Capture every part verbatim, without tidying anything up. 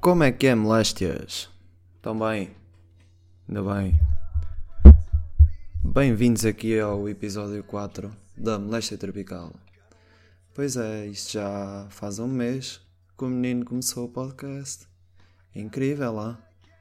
Como é que é, moléstias? Estão bem? Ainda bem. Bem-vindos aqui ao episódio quatro da Moléstia Tropical. Pois é, isto já faz um mês que o menino começou o podcast. Incrível, lá.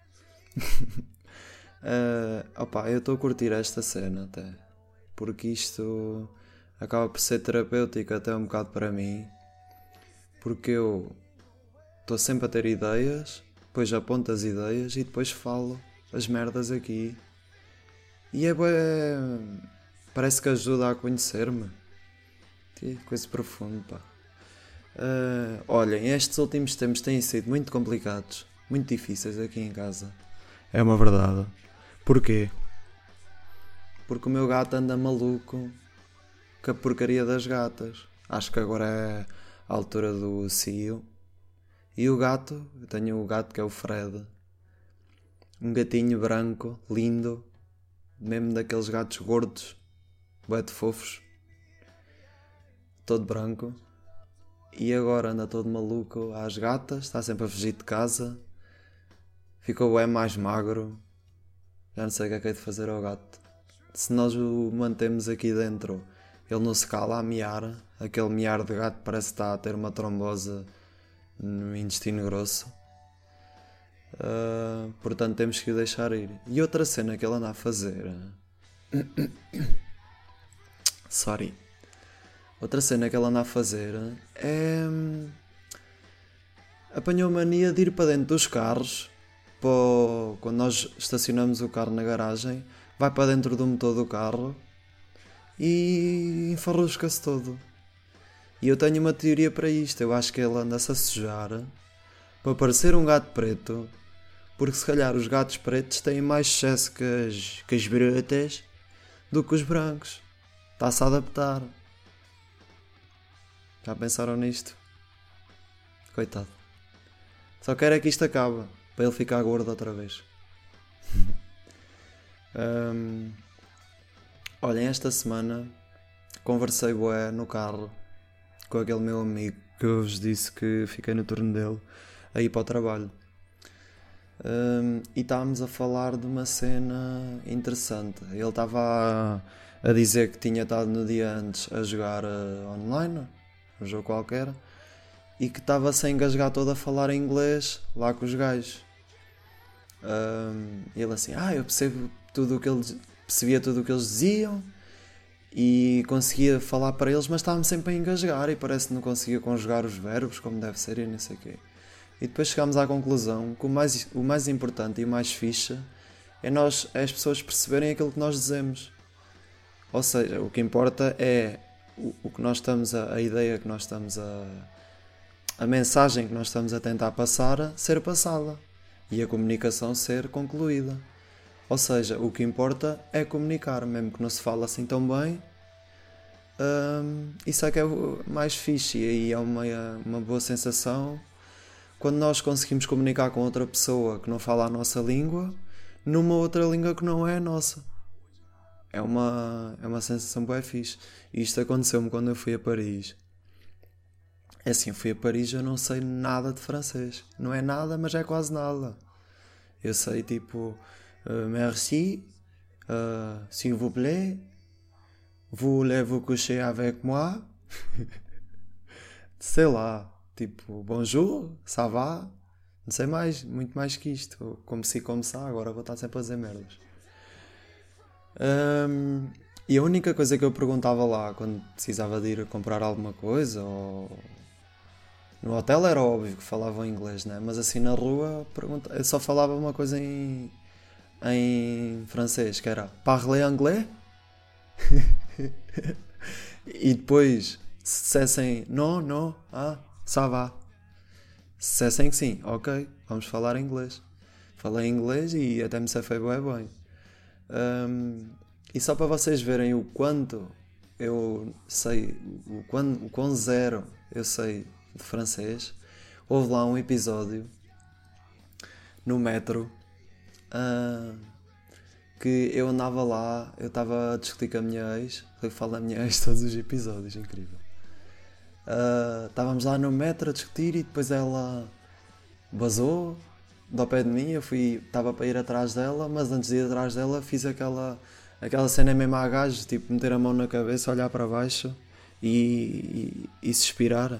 uh, opa, eu estou a curtir esta cena até. Porque isto acaba por ser terapêutico até um bocado para mim. Porque eu estou sempre a ter ideias, depois aponto as ideias e depois falo as merdas aqui. E é bué... parece que ajuda a conhecer-me. Que coisa profunda, pá. Uh, olhem, estes últimos tempos têm sido muito complicados, muito difíceis aqui em casa. É uma verdade. Porquê? Porque o meu gato anda maluco com a porcaria das gatas. Acho que agora é a altura do cio. E o gato, eu tenho o gato que é o Fred. Um gatinho branco, lindo. Mesmo daqueles gatos gordos, bué de fofos. Todo branco. E agora anda todo maluco às gatas, está sempre a fugir de casa. Ficou bué mais magro. Já não sei o que é que é de fazer ao gato. Se nós o mantemos aqui dentro, ele não se cala a miar. Aquele miar de gato parece que está a ter uma trombose no intestino grosso. Uh, portanto temos que o deixar ir. E outra cena que ele anda a fazer Sorry Outra cena que ele anda a fazer é apanhou a mania de ir para dentro dos carros para... Quando nós estacionamos o carro na garagem, vai para dentro do motor do carro e enfarrusca-se todo. E eu tenho uma teoria para isto. Eu acho que ele anda-se a sujar para parecer um gato preto, porque se calhar os gatos pretos têm mais sucesso que as, que as brutas do que os brancos. Está-se a adaptar. Já pensaram nisto? Coitado. Só quero é que isto acabe, para ele ficar gordo outra vez. um, Olhem, esta semana conversei bué no carro com aquele meu amigo que eu vos disse que fiquei no turno dele a ir para o trabalho. Um, e estávamos a falar de uma cena interessante. Ele estava a, a dizer que tinha estado no dia antes a jogar uh, online, um jogo qualquer, e que estava-se a engasgar todo a falar em inglês lá com os gajos. Um, e ele assim, ah, eu percebo tudo o que eles, percebia tudo o que eles diziam e conseguia falar para eles, mas estava-me sempre a engasgar e parece que não conseguia conjugar os verbos como deve ser e não sei o quê. E depois chegámos à conclusão que o mais, o mais importante e o mais fixe é, nós, é as pessoas perceberem aquilo que nós dizemos. Ou seja, o que importa é o, o que nós estamos a, a ideia que nós estamos a... a mensagem que nós estamos a tentar passar ser passada e a comunicação ser concluída. Ou seja, o que importa é comunicar, mesmo que não se fale assim tão bem. Hum, isso é que é o mais fixe e aí é uma, uma boa sensação quando nós conseguimos comunicar com outra pessoa que não fala a nossa língua numa outra língua que não é a nossa. É uma, é uma sensação bem fixe. E isto aconteceu-me quando eu fui a Paris. É assim, eu fui a Paris e eu não sei nada de francês. Não é nada, mas é quase nada. Eu sei tipo uh, merci, uh, s'il vous plaît, voulez-vous coucher avec moi? Sei lá. Tipo, bonjour, ça va? Não sei mais, muito mais que isto. Como se começar, agora vou estar sempre a dizer merdas. Um, e a única coisa que eu perguntava lá quando precisava de ir comprar alguma coisa, ou... no hotel era óbvio que falavam inglês, né? Mas assim na rua pergunta... eu só falava uma coisa em, em francês, que era parler anglais? E depois, se dissessem não, não, ah, ça va. Se dissessem que sim, ok, vamos falar inglês. Falei inglês e até me safei bem bem. Um, e só para vocês verem o quanto eu sei, o quão, o quão zero eu sei de francês, houve lá um episódio no metro uh, que eu andava lá, eu estava a discutir com a minha ex, eu falo da minha ex todos os episódios, incrível. Uh, estávamos lá no metro a discutir e depois ela basou do pé de mim, eu fui, estava para ir atrás dela, mas antes de ir atrás dela fiz aquela, aquela cena mesmo a gajo, tipo meter a mão na cabeça, olhar para baixo e, e, e suspirar.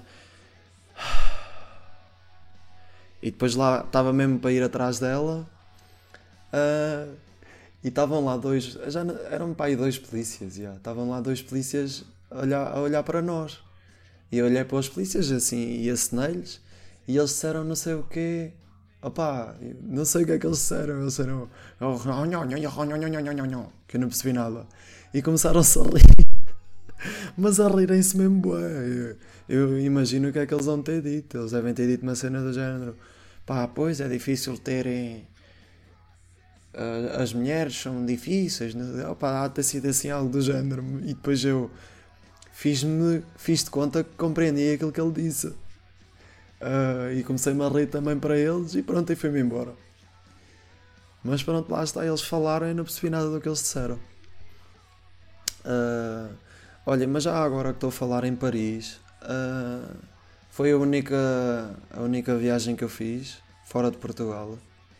E depois lá estava mesmo para ir atrás dela uh, e estavam lá dois, já não- eram para aí dois polícias, já, estavam lá dois polícias a olhar, a olhar para nós. E eu olhei para os polícias assim e acenei-lhes e eles disseram não sei o quê. Opá, não sei o que é que eles disseram. Eles disseram que eu não percebi nada. E começaram-se a rir. Mas a rirem-se mesmo bué. Eu, eu imagino o que é que eles vão ter dito. Eles devem ter dito uma cena do género. Pá, pois é difícil terem. ah, As mulheres são difíceis. Né? Opá, há de ter sido assim algo do género. E depois eu fiz-me, fiz de conta que compreendi aquilo que ele disse. Ah, e comecei-me a rir também para eles e pronto, e fui-me embora. Mas pronto, lá está, eles falaram e não percebi nada do que eles disseram. Ah, olha, mas já agora que estou a falar em Paris, ah, foi a única, a única viagem que eu fiz fora de Portugal.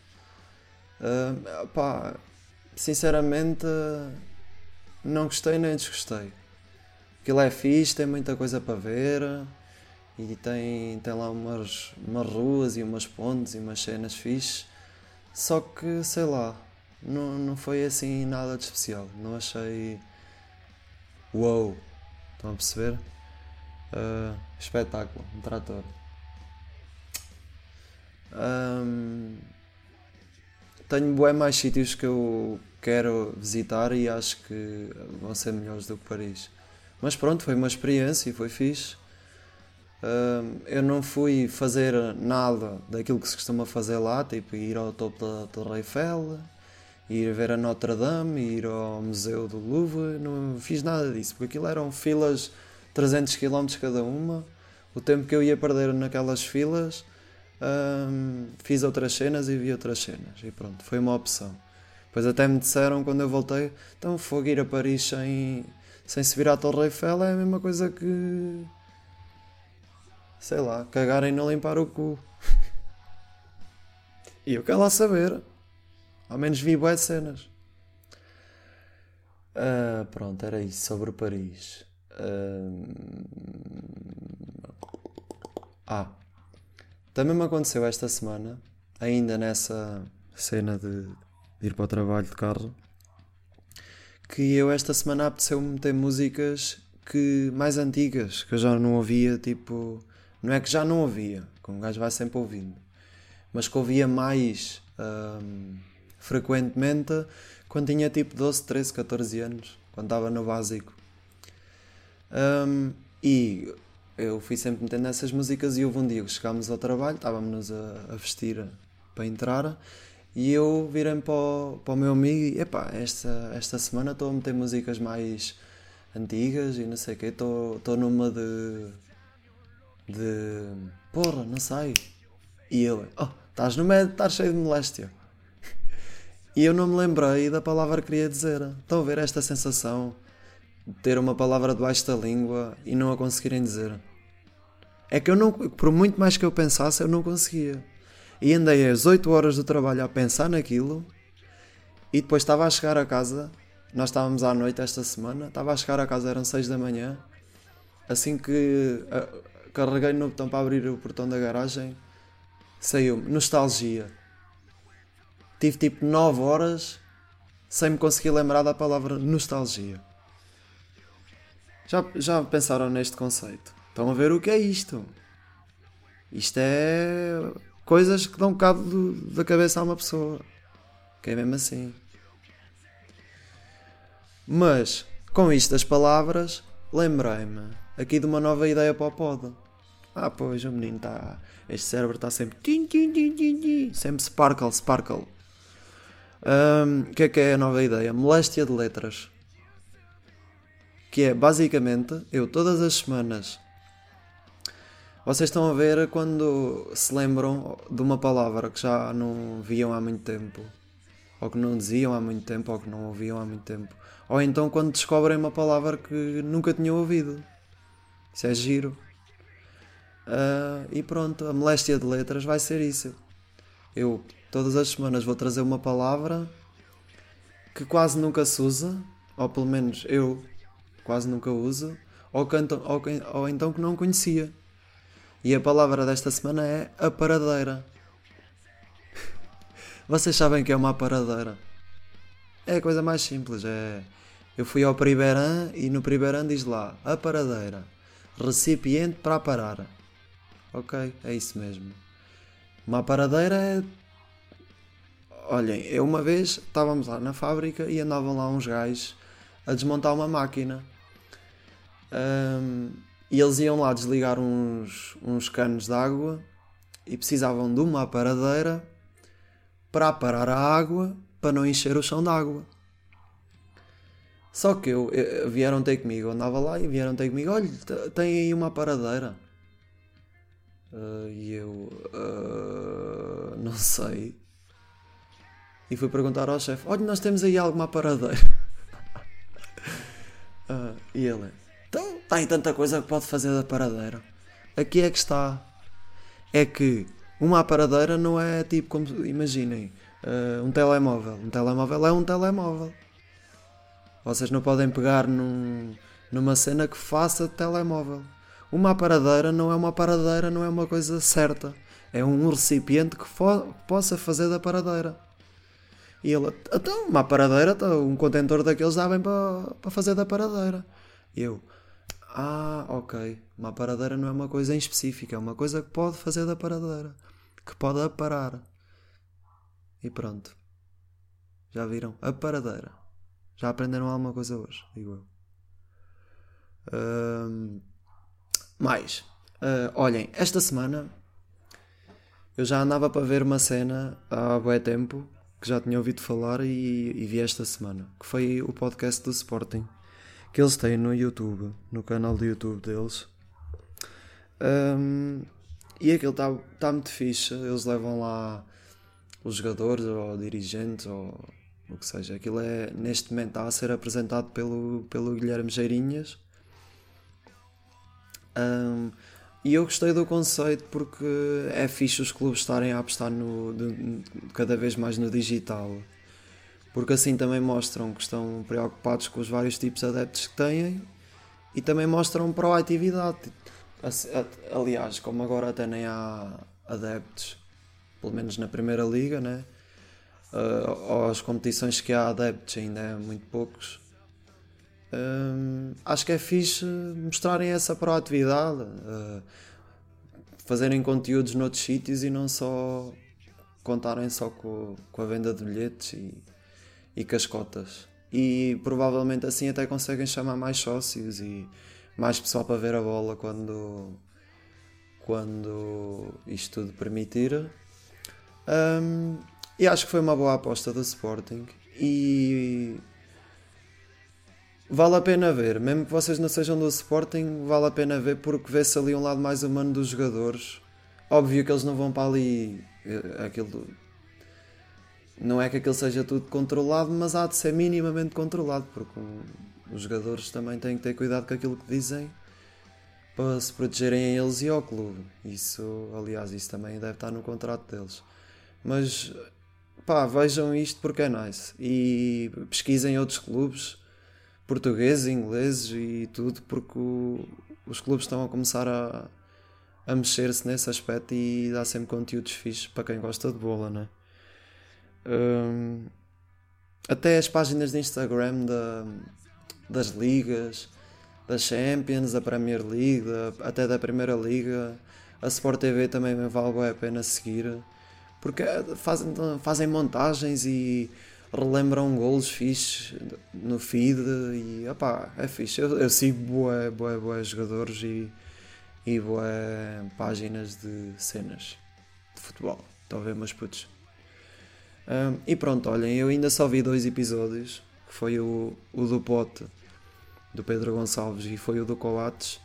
Ah, pá, sinceramente, não gostei nem desgostei. Aquilo é fixe, tem muita coisa para ver e tem, tem lá umas, umas ruas e umas pontes e umas cenas fixe. Só que, sei lá, não, não foi assim nada de especial. Não achei. Uou! Estão a perceber? Ah, espetáculo, um trator. Ahm, tenho bué mais sítios que eu quero visitar e acho que vão ser melhores do que Paris. Mas pronto, foi uma experiência e foi fixe. Ahm, eu não fui fazer nada daquilo que se costuma fazer lá, tipo ir ao topo da Torre Eiffel, ir ver a Notre Dame, ir ao Museu do Louvre, não fiz nada disso, porque aquilo eram filas trezentos quilómetros cada uma. O tempo que eu ia perder naquelas filas, ahm, fiz outras cenas e vi outras cenas, e pronto, foi uma opção. Depois até me disseram quando eu voltei, então fogo ir a Paris sem, sem se vir à Torre Eiffel é a mesma coisa que, sei lá, cagar e não limpar o cu. E eu quero lá saber, ao menos vi boas cenas. Ah, pronto, era isso sobre Paris. Ah, ah, também me aconteceu esta semana, ainda nessa cena de, de ir para o trabalho de carro, que eu esta semana apeteceu-me meter músicas que mais antigas, que eu já não ouvia, tipo, não é que já não ouvia, que um gajo vai sempre ouvindo, mas que ouvia mais ahm, frequentemente quando tinha tipo doze, treze, catorze anos, quando estava no básico. Ahm, e eu fui sempre metendo essas músicas e houve um dia que chegámos ao trabalho, estávamos a, a vestir para entrar e eu virei para o, para o meu amigo e epá, esta, esta semana estou a meter músicas mais antigas e não sei o quê, estou estou numa de, de porra, não sei. E ele, oh, estás no meio, estás cheio de moléstia. E eu não me lembrei da palavra que queria dizer. Estão a ver esta sensação de ter uma palavra debaixo da língua e não a conseguirem dizer? É que eu não, por muito mais que eu pensasse, eu não conseguia. E andei as oito horas do trabalho a pensar naquilo e depois estava a chegar a casa. Nós estávamos à noite esta semana, estava a chegar a casa, eram seis da manhã. Assim que ah, carreguei no botão para abrir o portão da garagem, saiu-me nostalgia. Tive tipo nove horas sem me conseguir lembrar da palavra nostalgia. Já, já pensaram neste conceito? Estão a ver o que é isto? Isto é coisas que dão cabo do- da cabeça a uma pessoa. Que é mesmo assim. Mas, com isto das palavras, lembrei-me aqui de uma nova ideia para o pod. Ah, pois, o menino está. Este cérebro está sempre. Tin, tin, tin, tin, tin, sempre sparkle, sparkle. Ahm, O que é que é a nova ideia? Moléstia de letras. Que é, basicamente, eu todas as semanas. Vocês estão a ver quando se lembram de uma palavra que já não viam há muito tempo. Ou que não diziam há muito tempo, ou que não ouviam há muito tempo. Ou então quando descobrem uma palavra que nunca tinham ouvido. Isso é giro. Ah, e pronto, a moléstia de letras vai ser isso. Eu todas as semanas vou trazer uma palavra que quase nunca se usa, ou pelo menos eu quase nunca uso, ou, canto, ou, ou então que não conhecia. E a palavra desta semana é aparadeira. Vocês sabem que é uma aparadeira? É a coisa mais simples. É... Eu fui ao Priberan e no Priberan diz lá aparadeira, recipiente para aparar. Ok, é isso mesmo. Uma aparadeira é... Olhem, eu uma vez estávamos lá na fábrica e andavam lá uns gajos a desmontar uma máquina. Um, e eles iam lá desligar uns, uns canos de água e precisavam de uma aparadeira para aparar a água para não encher o chão de água. Só que eu, eu vieram ter comigo, eu andava lá e vieram ter comigo, olha, tem aí uma aparadeira. Uh, e eu uh, não sei. E fui perguntar ao chefe, olha, nós temos aí alguma aparadeira. uh, e ele, então está aí tanta coisa que pode fazer da aparadeira. Aqui é que está. É que uma aparadeira não é tipo como, imaginem, uh, um telemóvel. Um telemóvel é um telemóvel. Vocês não podem pegar num, numa cena que faça de telemóvel. Uma aparadeira não é uma aparadeira, não é uma coisa certa. É um recipiente que fo- possa fazer da aparadeira. E ele, então, uma aparadeira, um contentor daqueles dá bem para, para fazer da aparadeira. E eu, ah, ok. Uma aparadeira não é uma coisa em específico, é uma coisa que pode fazer da aparadeira. Que pode aparar. E pronto. Já viram? Aparadeira. Já aprenderam alguma coisa hoje, digo eu. Um, mais. Uh, olhem, esta semana eu já andava para ver uma cena há bué tempo, que já tinha ouvido falar e, e vi esta semana, que foi o podcast do Sporting, que eles têm no YouTube, no canal do YouTube deles. Um, e aquilo está tá muito fixe, eles levam lá os jogadores ou dirigentes ou o que seja. Aquilo é, neste momento está a ser apresentado pelo, pelo Guilherme Geirinhas. Um, e eu gostei do conceito porque é fixe os clubes estarem a apostar no, de, cada vez mais no digital, porque assim também mostram que estão preocupados com os vários tipos de adeptos que têm e também mostram proatividade. Aliás, como agora até nem há adeptos, pelo menos na Primeira Liga, né? Uh, as competições que há adeptos ainda é muito poucos. Um, acho que é fixe mostrarem essa proatividade, uh, fazerem conteúdos noutros sítios e não só contarem só com, com a venda de bilhetes e, e cascotas. E provavelmente assim até conseguem chamar mais sócios e mais pessoal para ver a bola quando, quando isto tudo permitir. Um, e acho que foi uma boa aposta do Sporting e vale a pena ver, mesmo que vocês não sejam do Sporting, vale a pena ver porque vê-se ali um lado mais humano dos jogadores. Óbvio que eles não vão para ali, aquilo, não é que aquilo seja tudo controlado, mas há de ser minimamente controlado, porque os jogadores também têm que ter cuidado com aquilo que dizem para se protegerem a eles e ao clube. Isso, aliás, isso também deve estar no contrato deles. Mas, pá, vejam isto porque é nice e pesquisem outros clubes portugueses, ingleses e tudo, porque o, os clubes estão a começar a, a mexer-se nesse aspecto e dá sempre conteúdos fixes para quem gosta de bola, né? Um, até as páginas de Instagram da, das ligas, da Champions, da Premier League, da, até da Primeira Liga, a Sport T V também vale a pena seguir, porque fazem, fazem montagens e relembram golos fixes no feed e opá, é fixe. Eu, eu sigo bué, bué, bué jogadores e, e bué páginas de cenas de futebol. Estou a ver meus putos. Um, e pronto, olhem, eu ainda só vi dois episódios, que foi o, o do Pote, do Pedro Gonçalves, e foi o do Coates.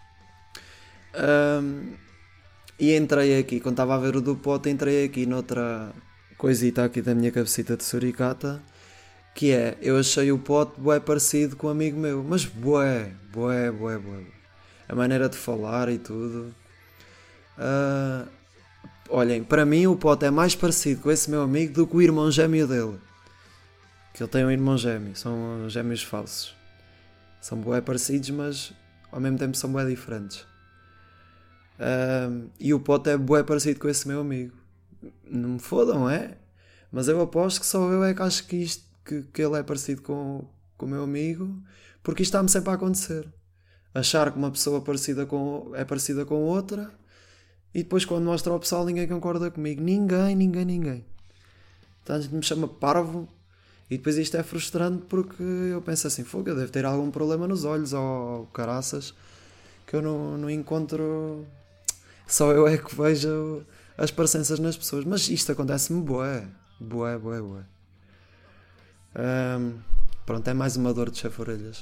Um, e entrei aqui, quando estava a ver o do Pote, entrei aqui noutra coisita aqui da minha cabecita de suricata, que é, eu achei o Pote bué parecido com um amigo meu, mas bué, bué, bué, bué. A maneira de falar e tudo. Uh, olhem, para mim o Pote é mais parecido com esse meu amigo do que o irmão gêmeo dele. Que ele tem um irmão gêmeo, são gêmeos falsos. São bué parecidos, mas ao mesmo tempo são bué diferentes. Um, e o Pote é bué parecido com esse meu amigo. Não me fodam, é? Mas eu aposto que só eu é que acho que, isto, que, que ele é parecido com, com o meu amigo, porque isto está-me sempre a acontecer. Achar que uma pessoa parecida com, é parecida com outra, e depois quando mostra ao pessoal ninguém concorda comigo. Ninguém, ninguém, ninguém. Então a gente me chama parvo, e depois isto é frustrante porque eu penso assim, fogo, eu devo ter algum problema nos olhos, ou caraças, que eu não, não encontro... Só eu é que vejo as parecenças nas pessoas. Mas isto acontece-me bué. Bué, bué, bué. Um, pronto, é mais uma dor de chafurelhas.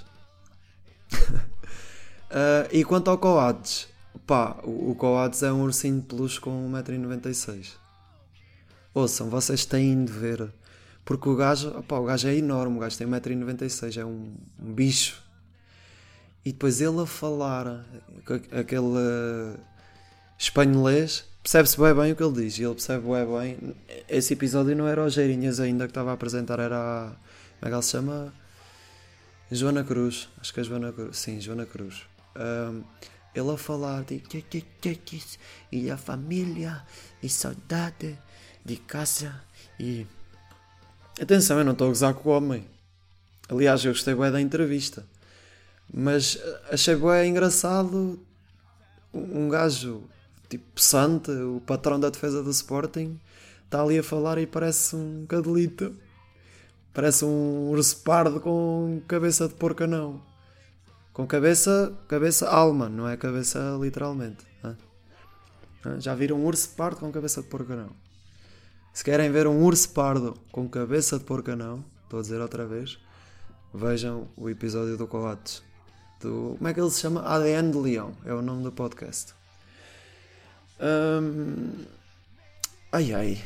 uh, e quanto ao Coades, pá, o, o Coades é um ursinho de peluche com um metro e noventa e seis. Ouçam, vocês têm de ver. Porque o gajo, opá, o gajo é enorme, o gajo tem um metro e noventa e seis, é um, um bicho. E depois ele a falar, aquele uh, espanholês, percebe-se bem bem o que ele diz, e ele percebe bem bem. Esse episódio não era o Geirinhas ainda que estava a apresentar, era a, como é que ela se chama? Joana Cruz, acho que é Joana Cruz, sim, Joana Cruz. Um, ele a falar de e a família, e saudade de casa, e... Atenção, eu não estou a gozar com o homem. Aliás, eu gostei bem da entrevista. Mas achei bem engraçado um gajo tipo Sante, o patrão da defesa do Sporting, está ali a falar e parece um cadelito. Parece um urso pardo com cabeça de porcanão. Com cabeça, cabeça alma, não é cabeça literalmente. Hein? Já viram um urso pardo com cabeça de porcanão? Se querem ver um urso pardo com cabeça de porcanão, estou a dizer outra vez, vejam o episódio do Coates. Do, como é que ele se chama? A D N de Leão, é o nome do podcast. Hum, ai ai.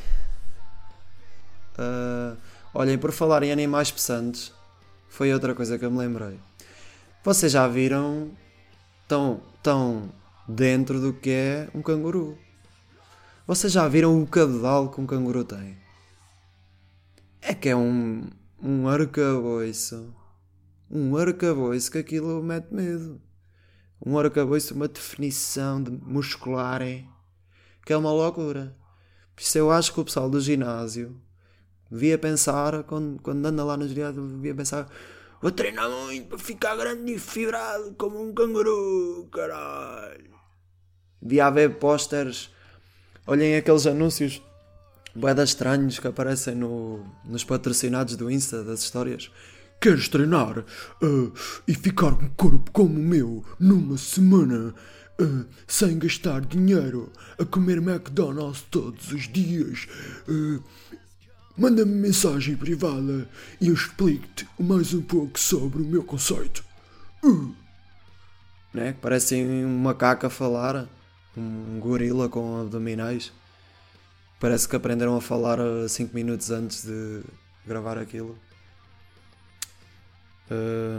Uh, olhem, por falar em animais pesantes, foi outra coisa que eu me lembrei. Vocês já viram tão, tão dentro do que é um canguru? Vocês já viram o cabedal que um canguru tem? É que é um, um arcabouço. Um arcabouço que aquilo mete medo. Um arcabouço, uma definição de muscular, é, que é uma loucura. Por isso eu acho que o pessoal do ginásio devia pensar, quando, quando anda lá no ginásio, devia pensar: vou treinar muito para ficar grande e fibrado como um canguru, caralho. Devia haver pósteres. Olhem aqueles anúncios bué estranhos que aparecem no, nos patrocinados do Insta, das histórias. Queres treinar uh, e ficar com um corpo como o meu numa semana uh, sem gastar dinheiro a comer McDonald's todos os dias? Uh, Manda-me mensagem privada e eu explico-te mais um pouco sobre o meu conceito. Uh. Né? Parece um macaco a falar, um gorila com abdominais. Parece que aprenderam a falar cinco minutos antes de gravar aquilo. Uh,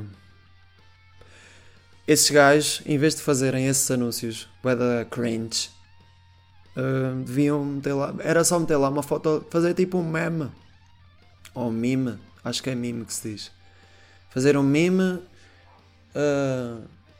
esses gajos, em vez de fazerem esses anúncios bué da cringe, uh, deviam meter lá, era só meter lá uma foto, fazer tipo um meme ou um meme, acho que é meme que se diz, fazer um meme. uh,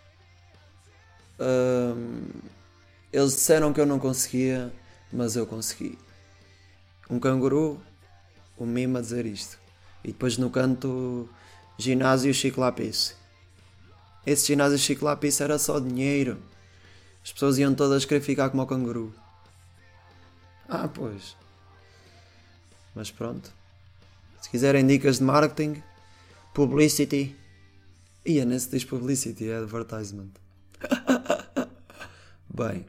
uh, eles disseram que eu não conseguia, mas eu consegui. Um canguru, um meme a dizer isto, e depois no canto ginásio Chico Lápis. Esse ginásio Chico Lápis era só dinheiro. As pessoas iam todas querer ficar como o canguru. Ah, pois. Mas pronto. Se quiserem dicas de marketing, publicity. Ia, nem se diz publicity, é advertisement. Bem.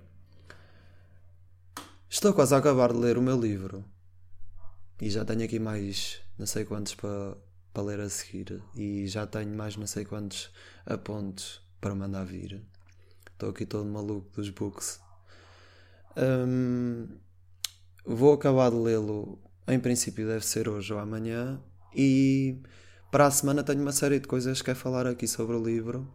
Estou quase a acabar de ler o meu livro. E já tenho aqui mais não sei quantos para... para ler a seguir, e já tenho mais não sei quantos apontos para mandar vir. Estou aqui todo maluco dos books. Um, vou acabar de lê-lo, em princípio deve ser hoje ou amanhã, e para a semana tenho uma série de coisas que quero falar aqui sobre o livro.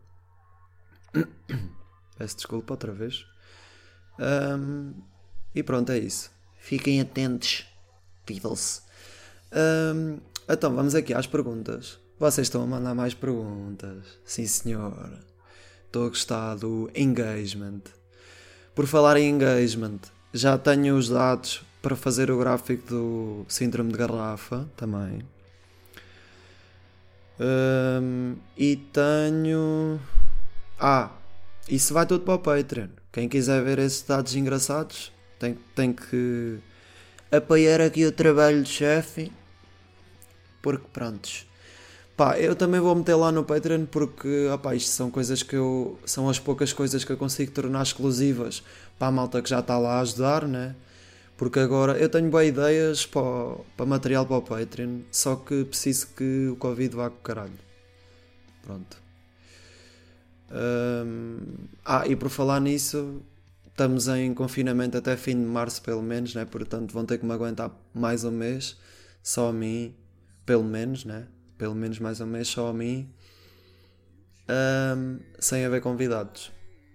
Peço desculpa outra vez. Um, e pronto, é isso. Fiquem atentos, Beatles. Um, então, vamos aqui às perguntas. Vocês estão a mandar mais perguntas. Sim, senhor. Estou a gostar do engagement. Por falar em engagement, já tenho os dados para fazer o gráfico do síndrome de garrafa também. Um, e tenho... Ah, isso vai tudo para o Patreon. Quem quiser ver esses dados engraçados tem, tem que apoiar aqui o trabalho do chefe. Porque prontos. Pá, eu também vou meter lá no Patreon porque opá, isto são coisas que eu... São as poucas coisas que eu consigo tornar exclusivas para a malta que já está lá a ajudar, né? Porque agora eu tenho boas ideias para, para material para o Patreon, só que preciso que o Covid vá com o caralho. Pronto. Um, ah, e por falar nisso, estamos em confinamento até fim de março pelo menos, né? Portanto vão ter que me aguentar mais um mês, só a mim, pelo menos, né? Pelo menos mais um mês só a mim, um, sem haver convidados.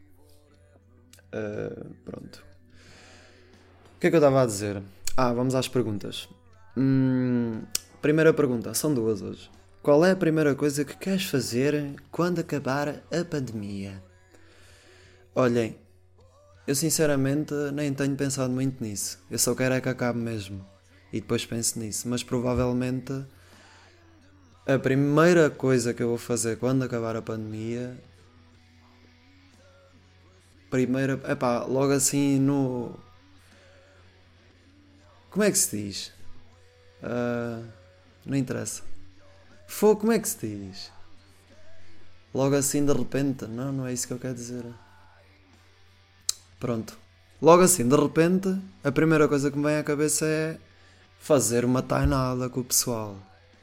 Uh, pronto. O que é que eu estava a dizer? Ah, vamos às perguntas. Hum, primeira pergunta, são duas hoje. Qual é a primeira coisa que queres fazer quando acabar a pandemia? Olhem, eu sinceramente nem tenho pensado muito nisso. Eu só quero é que acabe mesmo. E depois penso nisso. Mas provavelmente a primeira coisa que eu vou fazer quando acabar a pandemia... Primeira... Epá, logo assim no... Como é que se diz? Uh, não interessa. Fogo, como é que se diz? Logo assim de repente? Não, não é isso que eu quero dizer. Pronto. Logo assim de repente, a primeira coisa que me vem à cabeça é fazer uma tainada com o pessoal.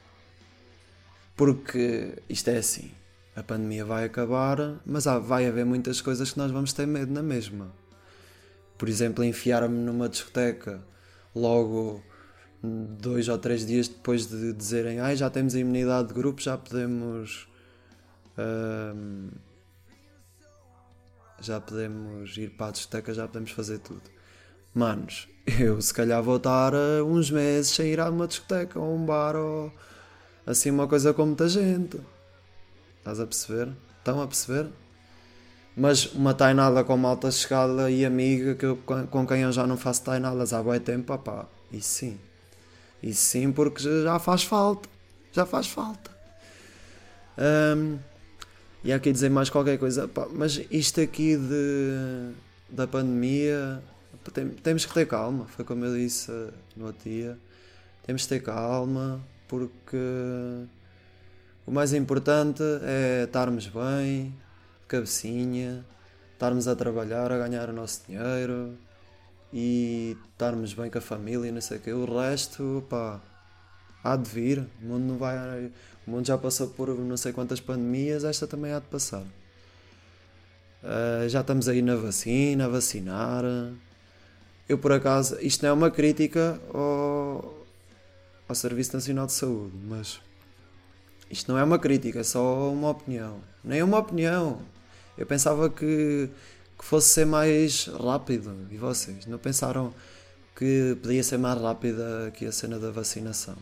Porque isto é assim. A pandemia vai acabar, mas há, vai haver muitas coisas que nós vamos ter medo na mesma. Por exemplo, enfiar-me numa discoteca logo dois ou três dias depois de dizerem ah, já temos a imunidade de grupo, já podemos hum, já podemos ir para a discoteca, já podemos fazer tudo. Manos, eu se calhar vou estar uns meses sem ir a uma discoteca ou um bar ou assim uma coisa com muita gente. Estás a perceber? Estão a perceber? Mas uma tainada com malta chegada e amiga que eu, com quem eu já não faço tainadas há bué tempo, opá, isso sim. Isso sim, porque já faz falta. Já faz falta. Um, e há aqui dizer mais qualquer coisa. Opá, mas isto aqui de, da pandemia, tem, temos que ter calma. Foi como eu disse no outro dia. Temos que ter calma, porque o mais importante é estarmos bem, cabecinha, estarmos a trabalhar, a ganhar o nosso dinheiro e estarmos bem com a família e não sei o que. O resto, pá, há de vir. O mundo não vai. O mundo já passou por não sei quantas pandemias, esta também há de passar. Uh, já estamos aí na vacina, a vacinar. Eu por acaso, isto não é uma crítica ao, ao Serviço Nacional de Saúde, mas isto não é uma crítica, é só uma opinião. Nem é uma opinião. Eu pensava que, que fosse ser mais rápido. E vocês? Não pensaram que podia ser mais rápida aqui a cena da vacinação?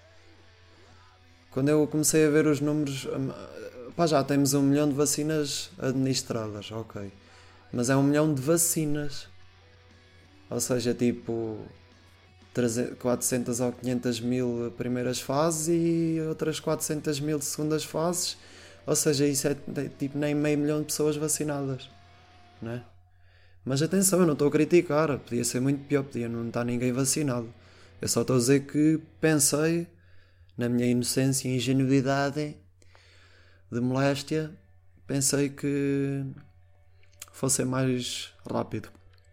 Quando eu comecei a ver os números, pá, já temos um milhão de vacinas administradas, ok. Mas é um milhão de vacinas. Ou seja, tipo quatrocentas ou quinhentas mil primeiras fases e outras quatrocentas mil segundas fases. Ou seja, isso é tipo nem meio milhão de pessoas vacinadas, não é? Mas atenção, eu não estou a criticar, podia ser muito pior, podia não estar ninguém vacinado. Eu só estou a dizer que pensei, na minha inocência e ingenuidade de moléstia, pensei que fosse mais rápido.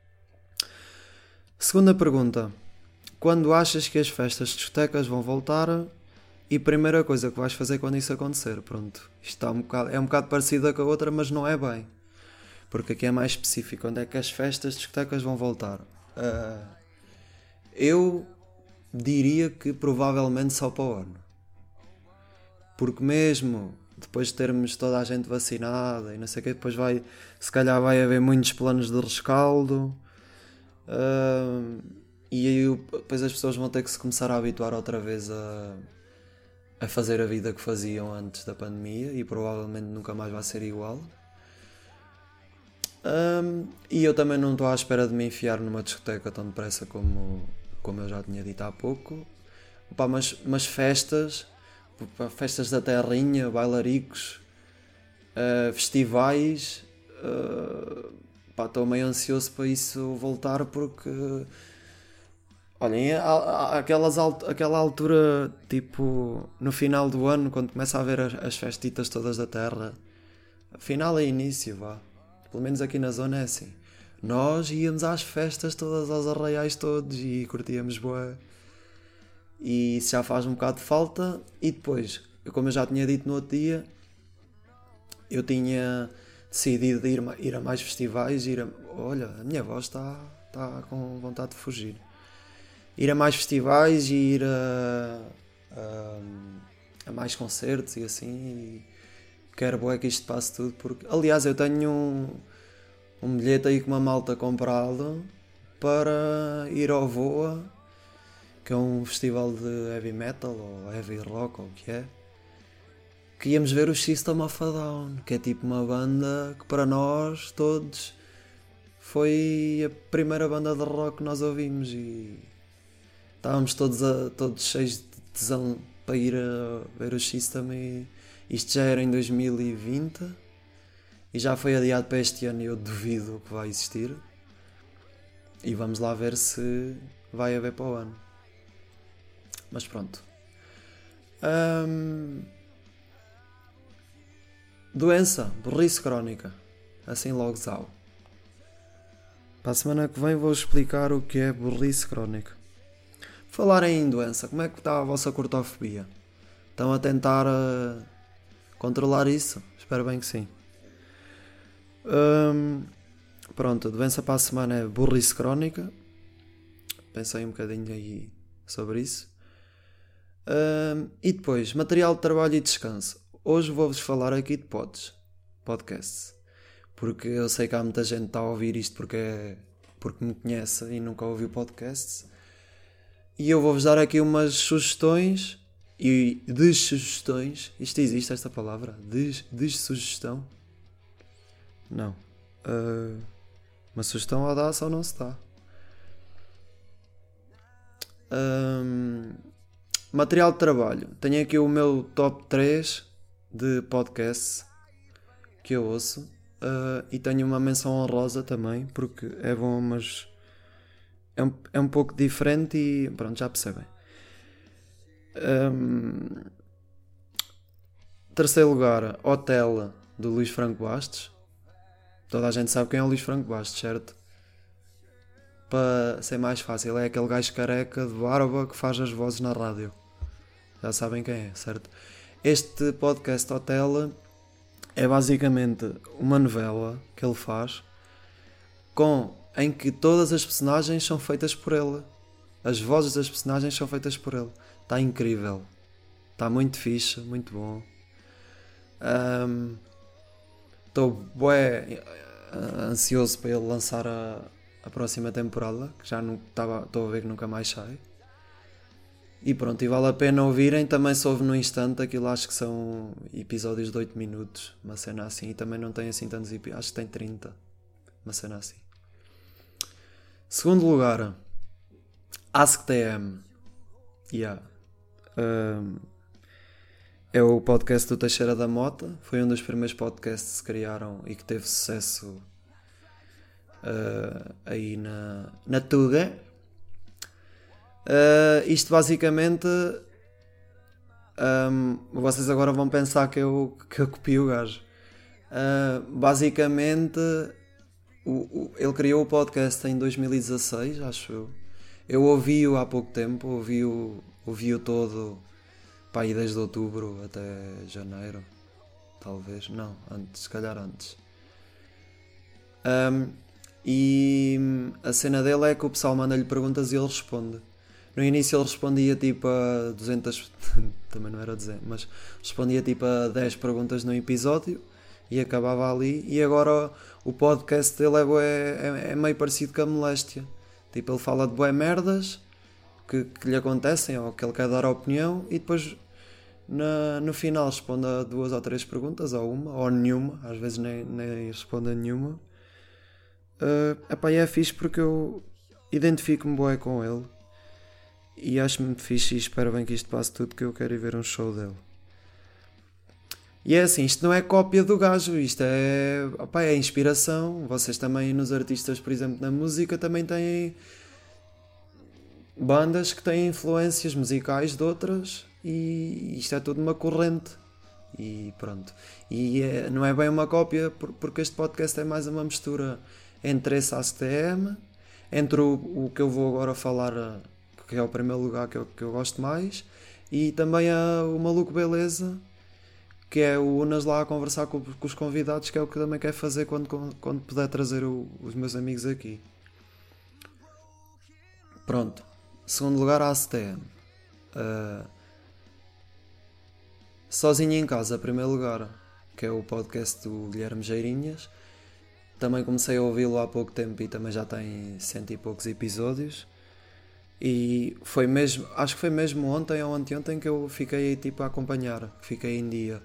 Segunda pergunta. Quando achas que as festas de discotecas vão voltar? E primeira coisa que vais fazer quando isso acontecer? Pronto, isto está um bocado, é um bocado parecida com a outra, mas não é bem. Porque aqui é mais específico. Onde é que as festas de discotecas vão voltar? Uh, eu diria que provavelmente só para o ano. Porque mesmo depois de termos toda a gente vacinada e não sei o que, depois vai, se calhar vai haver muitos planos de rescaldo. Uh, e o, depois as pessoas vão ter que se começar a habituar outra vez a, a fazer a vida que faziam antes da pandemia e provavelmente nunca mais vai ser igual. Um, e eu também não estou à espera de me enfiar numa discoteca tão depressa como, como eu já tinha dito há pouco. Pá, mas, mas festas, pá, festas da terrinha, bailaricos, uh, festivais, uh, pá, estou meio ansioso para isso voltar porque, olhem, há, há aquelas, aquela altura, tipo, no final do ano, quando começa a haver as, as festitas todas da terra, final é início, vá. Pelo menos aqui na zona é assim. Nós íamos às festas todas, aos arraiais todos e curtíamos bué. E isso já faz um bocado de falta. E depois, eu, como eu já tinha dito no outro dia, eu tinha decidido ir, ir a mais festivais. Ir a, olha, a minha voz está tá com vontade de fugir. Ir a mais festivais e ir a, a, a mais concertos e assim. E quero bué que isto passe tudo. Porque, aliás, eu tenho um, um bilhete aí com uma malta comprado para ir ao Voa, que é um festival de heavy metal ou heavy rock ou o que é, que íamos ver o System of a Down, que é tipo uma banda que para nós todos foi a primeira banda de rock que nós ouvimos e estávamos todos, a, todos cheios de tesão para ir a ver o System e isto já era em dois mil e vinte e já foi adiado para este ano e eu duvido que vai existir e vamos lá ver se vai haver para o ano. Mas pronto. Hum... Doença, burrice crónica. Assim logo zau. Para a semana que vem vou explicar o que é burrice crónica. Falar em doença, como é que está a vossa cortofobia? Estão a tentar uh, controlar isso? Espero bem que sim. Hum... Pronto, a doença para a semana é burrice crónica. Pensei um bocadinho aí sobre isso. Um, e depois, material de trabalho e descanso. Hoje vou-vos falar aqui de pods, podcasts, porque eu sei que há muita gente que está a ouvir isto porque, é, porque me conhece e nunca ouviu podcasts. E eu vou-vos dar aqui umas sugestões e des-sugestões. Isto existe, esta palavra? Des, des-sugestão? Não. Uh, uma sugestão ou dá-se ou não se dá. Um, material de trabalho. Tenho aqui o meu top três de podcasts que eu ouço uh, e tenho uma menção honrosa também porque é bom, mas é um, é um pouco diferente e pronto, já percebem. Um, terceiro lugar, Hotel, do Luís Franco Bastos. Toda a gente sabe quem é o Luís Franco Bastos, certo? Para ser mais fácil, é aquele gajo careca de barba que faz as vozes na rádio. Já sabem quem é, certo? Este podcast Hotel é basicamente uma novela que ele faz com, em que todas as personagens são feitas por ele. As vozes das personagens são feitas por ele. Está incrível. Está muito fixe, muito bom. Estou um, bué ansioso para ele lançar a, a próxima temporada, que já estou a ver que nunca mais sai. E pronto, e vale a pena ouvirem, também se ouve no instante, aquilo acho que são episódios de oito minutos, uma cena assim, e também não tem assim tantos episódios, acho que tem trinta, uma cena assim. Segundo lugar, Ask T M. Yeah. Um, é o podcast do Teixeira da Mota, foi um dos primeiros podcasts que se criaram e que teve sucesso uh, aí na, na Tuga. Uh, isto basicamente um, vocês agora vão pensar que eu, que eu copio o gajo. Uh, basicamente o, o, ele criou o podcast em dois mil e dezasseis, acho eu. Eu ouvi-o há pouco tempo, ouvi-o, ouvi-o todo, pá, aí desde outubro até janeiro, talvez, não, antes, se calhar antes. Um, e a cena dele é que o pessoal manda-lhe perguntas e ele responde. No início ele respondia tipo a duzentas, também não era dizer, mas respondia tipo a dez perguntas no episódio e acabava ali. E agora o podcast dele é, bué, é, é meio parecido com a Moléstia. Tipo, ele fala de bué merdas que, que lhe acontecem ou que ele quer dar a opinião e depois na, no final responde a duas ou três perguntas, ou uma, ou nenhuma, às vezes nem, nem responde a nenhuma. Uh, epá, e é fixe porque eu identifico-me bué com ele e acho-me fixe e espero bem que isto passe tudo, que eu quero ir ver um show dele. E é assim, isto não é cópia do gajo, isto é, opa, é inspiração. Vocês também, nos artistas, por exemplo, na música, também têm bandas que têm influências musicais de outras e isto é tudo uma corrente. E pronto. E é, não é bem uma cópia, porque este podcast é mais uma mistura entre esse A C T M, entre o, o que eu vou agora falar, que é o primeiro lugar que eu, que eu gosto mais, e também a, o Maluco Beleza, que é o Unas lá a conversar com, com os convidados, que é o que também quero fazer quando, quando puder trazer o, os meus amigos aqui. Pronto. Segundo lugar, a A C T M. Uh, Sozinho em Casa, primeiro lugar, que é o podcast do Guilherme Geirinhas. Também comecei a ouvi-lo há pouco tempo e também já tem cento e poucos episódios. E foi mesmo, acho que foi mesmo ontem ou anteontem que eu fiquei tipo a acompanhar, fiquei em dia.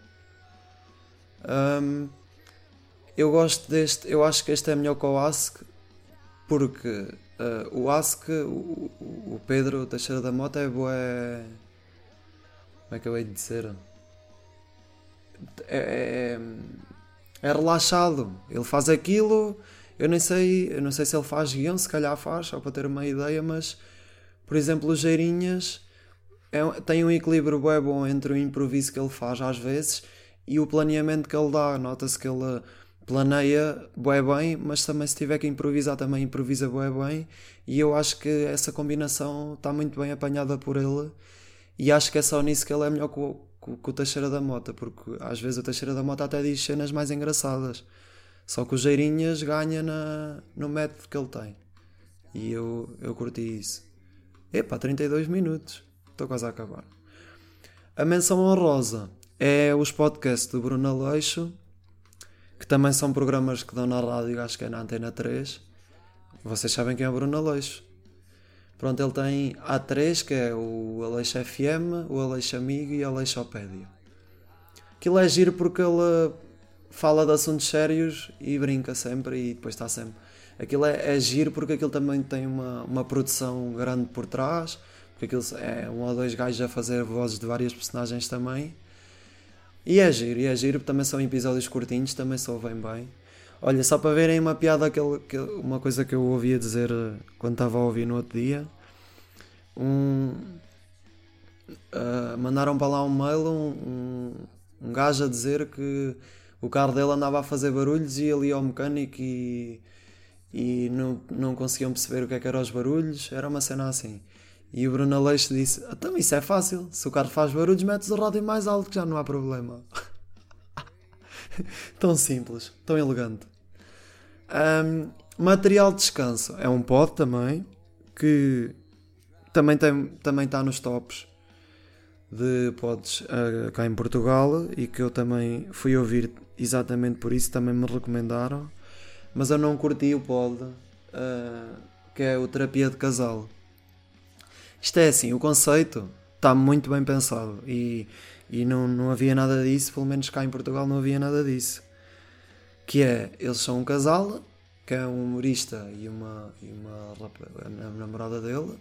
Um, eu gosto deste, eu acho que este é melhor que o Ask, porque uh, o Ask, o, o Pedro Teixeira da Mota é bué. Como é que eu hei de dizer? É, é, é relaxado, ele faz aquilo. Eu nem sei, eu não sei se ele faz guião, se calhar faz, só para ter uma ideia, mas por exemplo, o Geirinhas é, tem um equilíbrio bem bom entre o improviso que ele faz às vezes e o planeamento que ele dá. Nota-se que ele planeia bué bem, mas também se tiver que improvisar também improvisa bué bem, e eu acho que essa combinação está muito bem apanhada por ele, e acho que é só nisso que ele é melhor que o, que o Teixeira da Mota, porque às vezes o Teixeira da Mota até diz cenas mais engraçadas, só que o Geirinhas ganha na, no método que ele tem, e eu, eu curti isso. Epá, trinta e dois minutos, estou quase a acabar. A menção honrosa é os podcasts do Bruno Aleixo, que também são programas que dão na rádio, acho que é na Antena três. Vocês sabem quem é o Bruno Aleixo. Pronto, ele tem A três, que é o Aleixo F M, o Aleixo Amigo e o Aleixopédia. Aquilo é giro porque ele fala de assuntos sérios e brinca sempre e depois está sempre... Aquilo é, é giro porque aquilo também tem uma, uma produção grande por trás, porque aquilo é um ou dois gajos a fazer vozes de várias personagens também. E é giro, e é giro, também são episódios curtinhos, também se ouvem bem. Olha, só para verem uma piada, aquele, uma coisa que eu ouvia dizer quando estava a ouvir no outro dia, um, uh, mandaram para lá um mail, um, um, um gajo a dizer que o carro dele andava a fazer barulhos e ele ia ao mecânico e, e não, não conseguiam perceber o que é que eram os barulhos, era uma cena assim. E o Bruno Aleixo disse: então isso é fácil, se o carro faz barulhos metes o rádio mais alto que já não há problema. Tão simples, tão elegante. Um, material de descanso é um pod também, que também tem, também está nos tops de pods uh, cá em Portugal, e que eu também fui ouvir exatamente por isso, também me recomendaram, mas eu não curti o pod, uh, que é o Terapia de Casal. Isto é assim, o conceito está muito bem pensado e, e não, não havia nada disso, pelo menos cá em Portugal não havia nada disso. Que é, eles são um casal, que é um humorista e uma, e uma a namorada dele.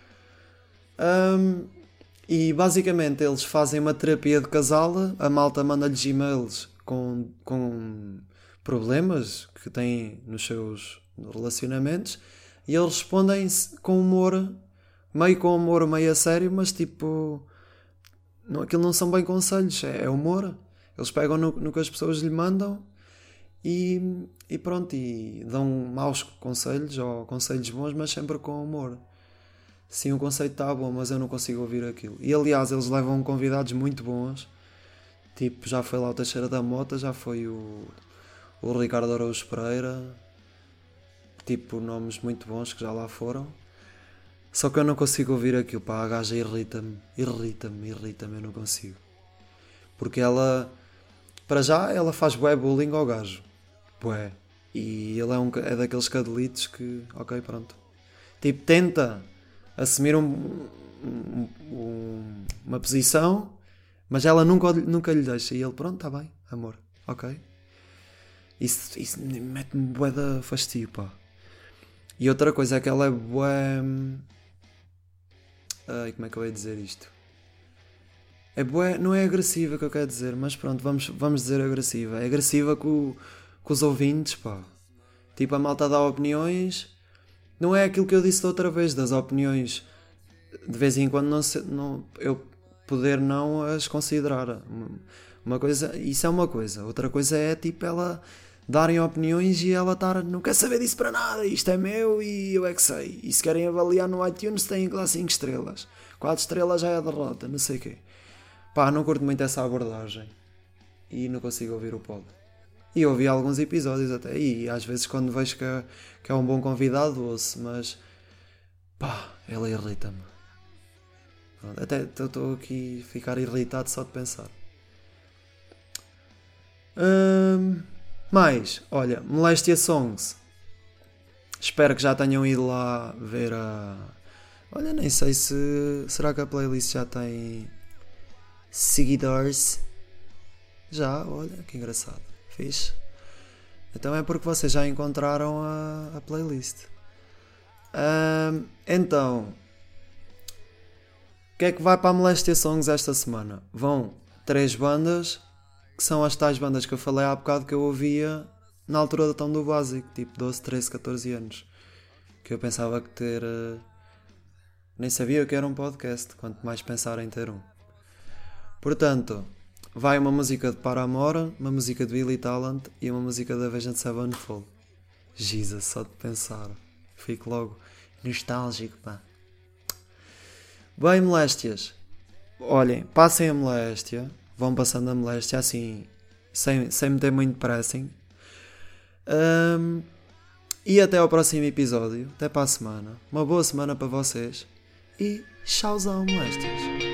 Um, e basicamente eles fazem uma terapia de casal, a malta manda-lhes e-mails com, com problemas que têm nos seus relacionamentos e eles respondem com humor, meio com humor, meio a sério, mas tipo, não, aquilo não são bem conselhos, é, é humor. Eles pegam no, no que as pessoas lhe mandam e, e pronto, e dão maus conselhos ou conselhos bons, mas sempre com humor. Sim, o conceito está bom, mas eu não consigo ouvir aquilo. E aliás, eles levam convidados muito bons, tipo, já foi lá o Teixeira da Mota, já foi o, o Ricardo Araújo Pereira, tipo, nomes muito bons que já lá foram. Só que eu não consigo ouvir aquilo, pá, a gaja irrita-me, irrita-me, irrita-me, eu não consigo. Porque ela, para já, ela faz bué bullying ao gajo, bué. E ele é, um, é daqueles cadelitos que, ok, pronto. Tipo, tenta assumir um, um, um, uma posição, mas ela nunca, nunca lhe deixa. E ele, pronto, está bem, amor, ok. Isso, isso mete-me bué de fastio, pá. E outra coisa é que ela é bué... Ai, como é que eu ia dizer isto? É bué, não é agressiva que eu quero dizer, mas pronto, vamos, vamos dizer agressiva. É agressiva com, com os ouvintes, pá. Tipo, a malta dá opiniões. Não é aquilo que eu disse da outra vez, das opiniões. De vez em quando não, se, não eu poder não as considerar. Uma coisa, isso é uma coisa. Outra coisa é tipo ela darem opiniões e ela estar, não quer saber disso para nada, isto é meu e eu é que sei. E se querem avaliar no iTunes têm lá cinco estrelas. quatro estrelas já é a derrota, não sei o quê. Pá, não curto muito essa abordagem. E não consigo ouvir o pod. E ouvi alguns episódios até. E às vezes quando vejo que é, que é um bom convidado ouço, mas pá, ela irrita-me. Até estou aqui a ficar irritado só de pensar. Hum, mais, olha, Molestia Songs. Espero que já tenham ido lá ver a... Olha, nem sei se... Será que a playlist já tem seguidores? Já, olha, que engraçado. Fixe. Então é porque vocês já encontraram a, a playlist. Hum, então... O que é que vai para a Molestia Songs esta semana? Vão três bandas, que são as tais bandas que eu falei há bocado que eu ouvia na altura do Tom do Básico, tipo doze, treze, catorze anos. Que eu pensava que ter... Uh, nem sabia que era um podcast, quanto mais pensar em ter um. Portanto, vai uma música de Paramore, uma música de Billy Talent e uma música da Avenged Sevenfold. Jesus, só de pensar. Fico logo nostálgico, pá. Bem, moléstias. Olhem, passem a moléstia. Vão passando a moléstia assim, sem, sem meter muito pressing. Um, e até ao próximo episódio. Até para a semana. Uma boa semana para vocês. E tchauzão, moléstias.